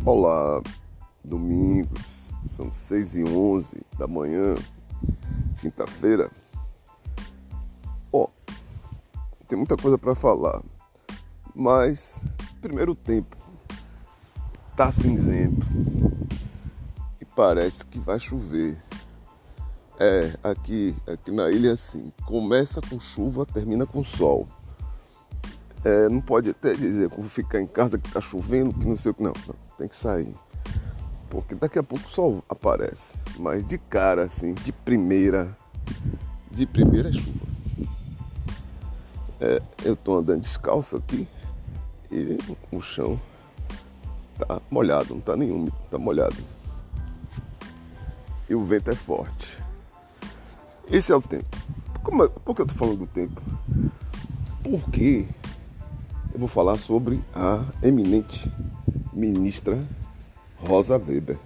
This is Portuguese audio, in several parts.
Olá, domingos, são 6h11 da manhã, quinta-feira. Tem muita coisa para falar, mas primeiro tempo tá cinzento e parece que vai chover. Aqui na ilha é assim, começa com chuva, termina com sol. Não pode até dizer que eu vou ficar em casa que tá chovendo, que não sei o que, não, tem que sair. Porque daqui a pouco o sol aparece, mas de cara assim, de primeira é chuva. Eu tô andando descalço aqui e o chão tá molhado, não tá nenhum, tá molhado. E o vento é forte. Esse é o tempo. Por que eu tô falando do tempo? Porque eu vou falar sobre a eminente ministra Rosa Weber,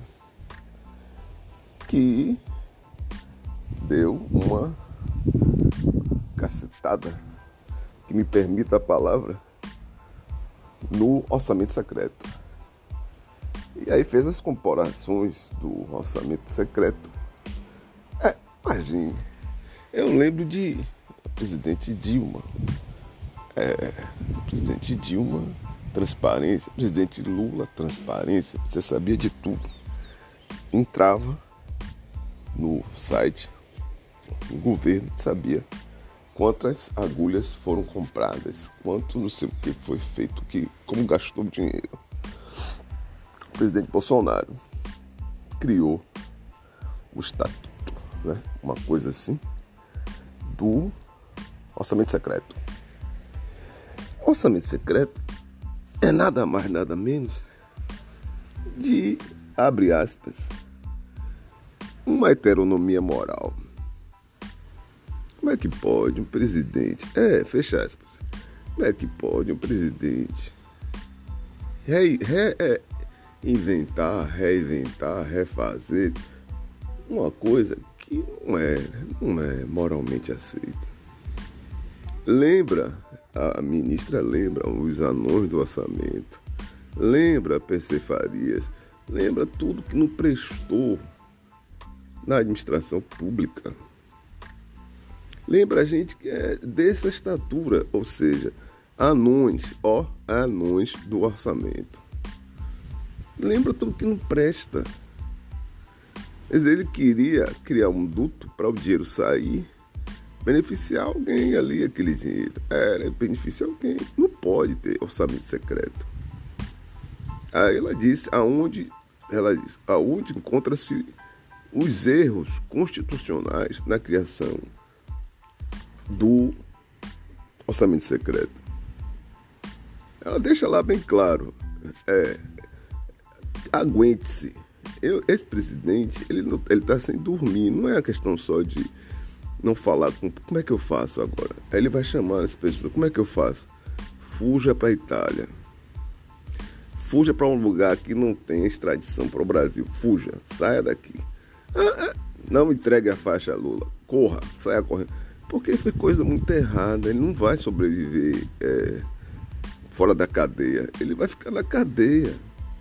que deu uma cacetada, que me permita a palavra, no orçamento secreto. E aí fez as comparações do orçamento secreto. Imagine, eu lembro de presidente Dilma, transparência, presidente Lula, transparência, você sabia de tudo. Entrava no site, o governo sabia quantas agulhas foram compradas, quanto não sei o que foi feito, como gastou o dinheiro. O presidente Bolsonaro criou o estatuto, né? Uma coisa assim, do orçamento secreto. Orçamento secreto é nada mais, nada menos de, abre aspas, uma heteronomia moral. Como é que pode um presidente, fecha aspas, como é que pode um presidente inventar, reinventar, refazer uma coisa que não é moralmente aceita? A ministra lembra os anões do orçamento, lembra PC Farias, lembra tudo que não prestou na administração pública. Lembra a gente que é dessa estatura, ou seja, anões do orçamento. Lembra tudo que não presta. Quer dizer, ele queria criar um duto para o dinheiro sair, beneficiar alguém ali, aquele dinheiro. Beneficiar alguém. Não pode ter orçamento secreto. Aí ela disse aonde encontra-se os erros constitucionais na criação do orçamento secreto. Ela deixa lá bem claro, aguente-se. Esse presidente, ele está sem dormir. Não é a questão só de não falar como é que eu faço agora. Aí ele vai chamar as pessoas, como é que eu faço? Fuja para a Itália. Fuja para um lugar que não tem extradição para o Brasil. Fuja, saia daqui. Não entregue a faixa a Lula. Corra, saia correndo. Porque foi coisa muito errada. Ele não vai sobreviver fora da cadeia. Ele vai ficar na cadeia.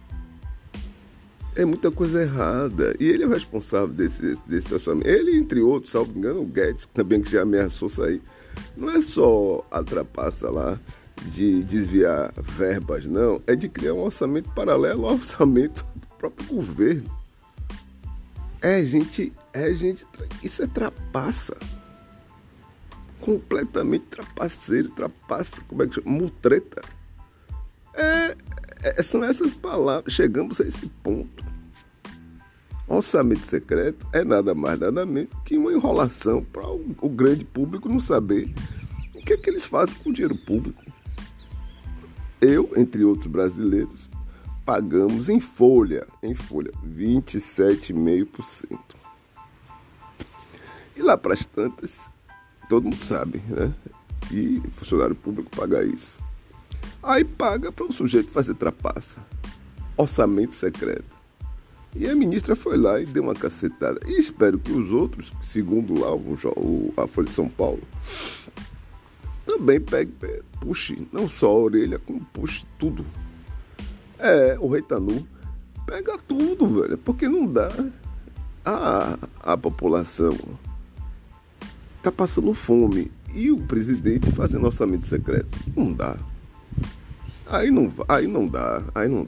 É muita coisa errada. E ele é o responsável desse orçamento. Ele, entre outros, salvo engano, o Guedes, que já ameaçou sair. Não é só a trapaça lá de desviar verbas, não. É de criar um orçamento paralelo ao orçamento do próprio governo. Isso é trapaça. Completamente trapaceiro, como é que chama? Mutreta. São essas palavras, chegamos a esse ponto. Orçamento secreto é nada mais, nada menos que uma enrolação para o grande público não saber o que é que eles fazem com o dinheiro público. Eu, entre outros brasileiros, pagamos em folha, 27,5%. E lá para as tantas, todo mundo sabe, né? Que funcionário público paga isso. Aí paga para o sujeito fazer trapaça. Orçamento secreto. E a ministra foi lá e deu uma cacetada. E espero que os outros, segundo lá a Folha de São Paulo, também puxe, não só a orelha, como puxe tudo. O rei tá nu. Pega tudo, velho, porque não dá. A população tá passando fome e o presidente fazendo orçamento secreto. Não dá. Aí não dá.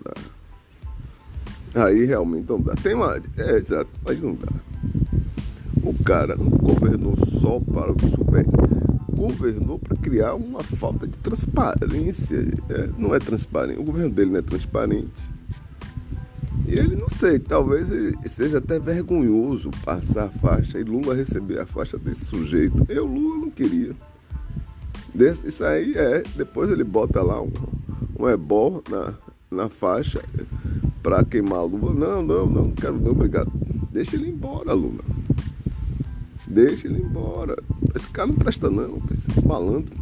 Aí realmente não dá. Exato, aí não dá. O cara não governou só para o super, governou para criar uma falta de transparência. Não é transparente, o governo dele não é transparente. E ele, não sei, talvez seja até vergonhoso passar a faixa e Lula receber a faixa desse sujeito. Lula, não queria. Isso aí depois ele bota lá um ebó na faixa para queimar Lula. Não quero não, obrigado. Deixa ele embora, Lula. Deixa ele embora. Esse cara não presta não, esse malandro.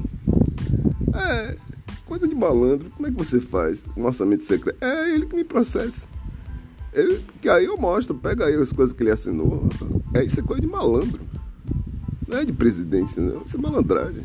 Coisa de malandro. Como é que você faz um orçamento secreto? É ele que me processa. Que aí eu mostro, pega aí as coisas que ele assinou. Isso é coisa de malandro. Não é de presidente, não. Isso é malandragem.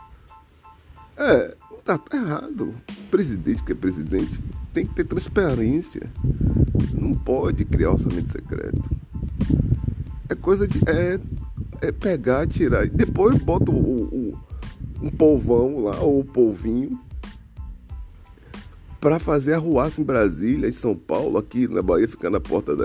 Tá errado. Presidente que é presidente tem que ter transparência. Não pode criar orçamento secreto. É coisa de... pegar, tirar. Depois bota um polvão lá, ou o polvinho, para fazer arruaça em Brasília, em São Paulo, aqui na Bahia, ficar na porta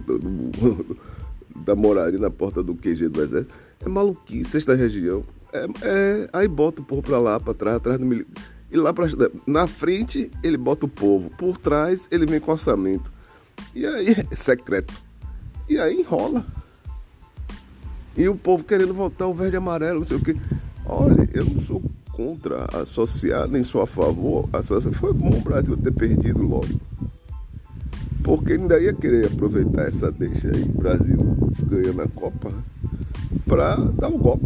da moraria, na porta do QG do Exército. É maluquice, sexta região. Aí bota o povo para lá, para trás, atrás do militar. E lá na frente ele bota o povo, por trás ele vem com orçamento. E aí é secreto. E aí enrola. E o povo querendo voltar ao verde e amarelo, não sei o quê. Olha, eu não sou contra associar, nem sou a favor. Foi bom o Brasil ter perdido logo. Porque ainda ia querer aproveitar essa deixa aí, o Brasil ganhando a Copa, para dar o golpe.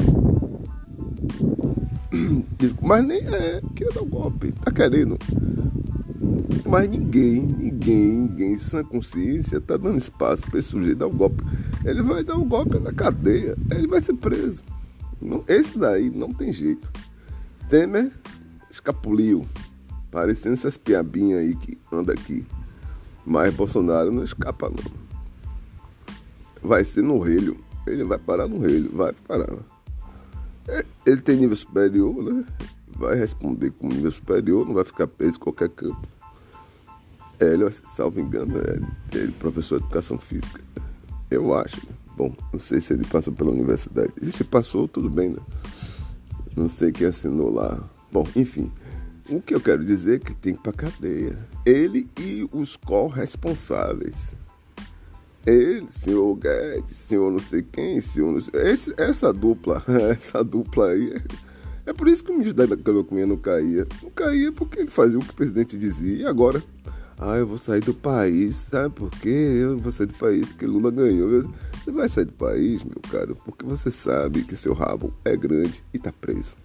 Mas nem queria dar o golpe, tá querendo. Mas ninguém sem consciência tá dando espaço para esse sujeito dar o golpe. Ele vai dar o golpe na cadeia, ele vai ser preso. Esse daí não tem jeito. Temer escapuliu, parecendo essas piabinhas aí que anda aqui. Mas Bolsonaro não escapa não. Vai ser no relho. Ele vai parar no relho, vai parar. Ele tem nível superior, né? Vai responder com nível superior, não vai ficar preso em qualquer campo. Ele, salvo engano, ele é professor de educação física. Eu acho. Bom, não sei se ele passou pela universidade. E se passou, tudo bem, né? Não sei quem assinou lá. Bom, enfim. O que eu quero dizer é que tem que ir pra cadeia. Ele e os corresponsáveis. Ele, senhor Guedes, senhor não sei quem, senhor não sei... Essa dupla aí... É por isso que o ministro da Economia não caía. Não caía porque ele fazia o que o presidente dizia. E agora? Eu vou sair do país. Sabe por quê? Eu vou sair do país porque Lula ganhou. Você vai sair do país, meu caro, porque você sabe que seu rabo é grande e tá preso.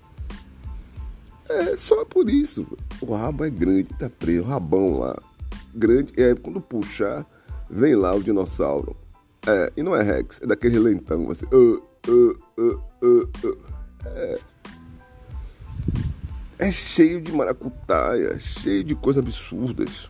Só por isso. O rabo é grande e tá preso. O rabão lá, grande. Quando puxar, vem lá o dinossauro. E não é Rex, é daquele lentão. Assim, É cheio de maracutaia, cheio de coisas absurdas.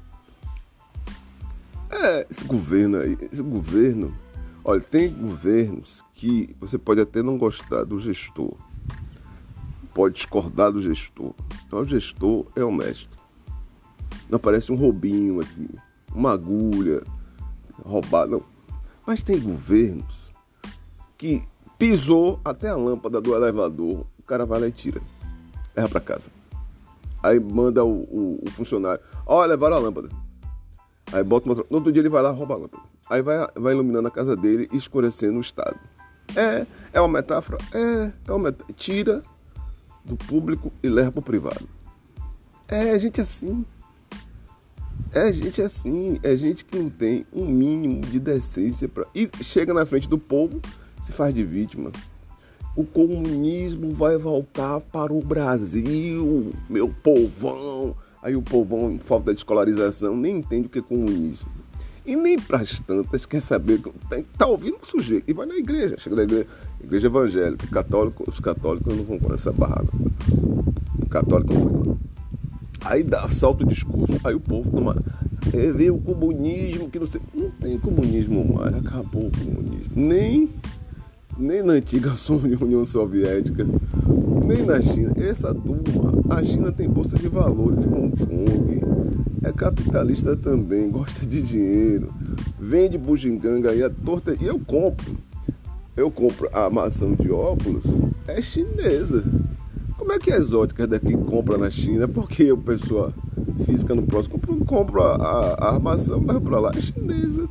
Esse governo... Olha, tem governos que você pode até não gostar do gestor. Pode discordar do gestor. Então o gestor é honesto. Não aparece um roubinho assim, uma agulha, roubar, não. Mas tem governos que pisou até a lâmpada do elevador, o cara vai lá e tira. Leva pra casa. Aí manda o funcionário, levaram a lâmpada. Aí bota uma... No outro dia ele vai lá e rouba a lâmpada. Aí vai iluminando a casa dele e escurecendo o estado. É uma metáfora? É uma metáfora. Tira do público e leva pro privado. É gente assim. É gente que não tem um mínimo de decência e chega na frente do povo, se faz de vítima. O comunismo vai voltar para o Brasil, meu povão. Aí o povão, em falta de escolarização, nem entende o que é comunismo. E nem pras tantas quer saber, tá ouvindo o sujeito. E vai na igreja, chega na igreja evangélica, os católicos não vão com essa barraca. O católico não vai lá. Aí solta o discurso, aí o povo toma Veio o comunismo, que não sei. Não tem comunismo mais, acabou o comunismo. Nem na antiga União Soviética, nem na China. Essa turma, a China tem bolsa de valores em Hong Kong. É capitalista também, gosta de dinheiro. Vende bugiganga aí a torta. E eu compro. Eu compro a armação de óculos, é chinesa. Como é que a exótica daqui compra na China? Porque eu, pessoa física no próximo, compro a armação, mas pra lá é chinesa.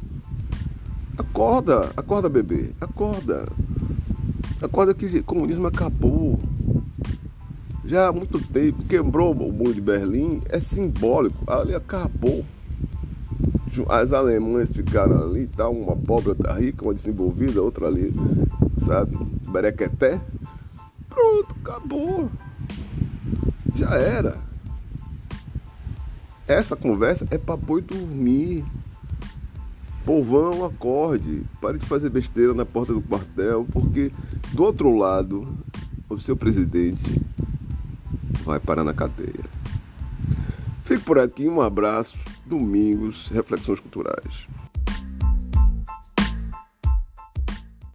Acorda bebê, acorda. Acorda que o comunismo acabou. Já há muito tempo, quebrou o muro de Berlim, é simbólico, ali acabou. As alemãs ficaram ali, tá? Uma pobre, outra rica, uma desenvolvida, outra ali, sabe? Berequeté. Pronto, acabou. Já era. Essa conversa é pra boi dormir. Povão, acorde. Pare de fazer besteira na porta do quartel, porque do outro lado, o seu presidente vai parar na cadeia. Fico por aqui, um abraço. Domingos, Reflexões Culturais.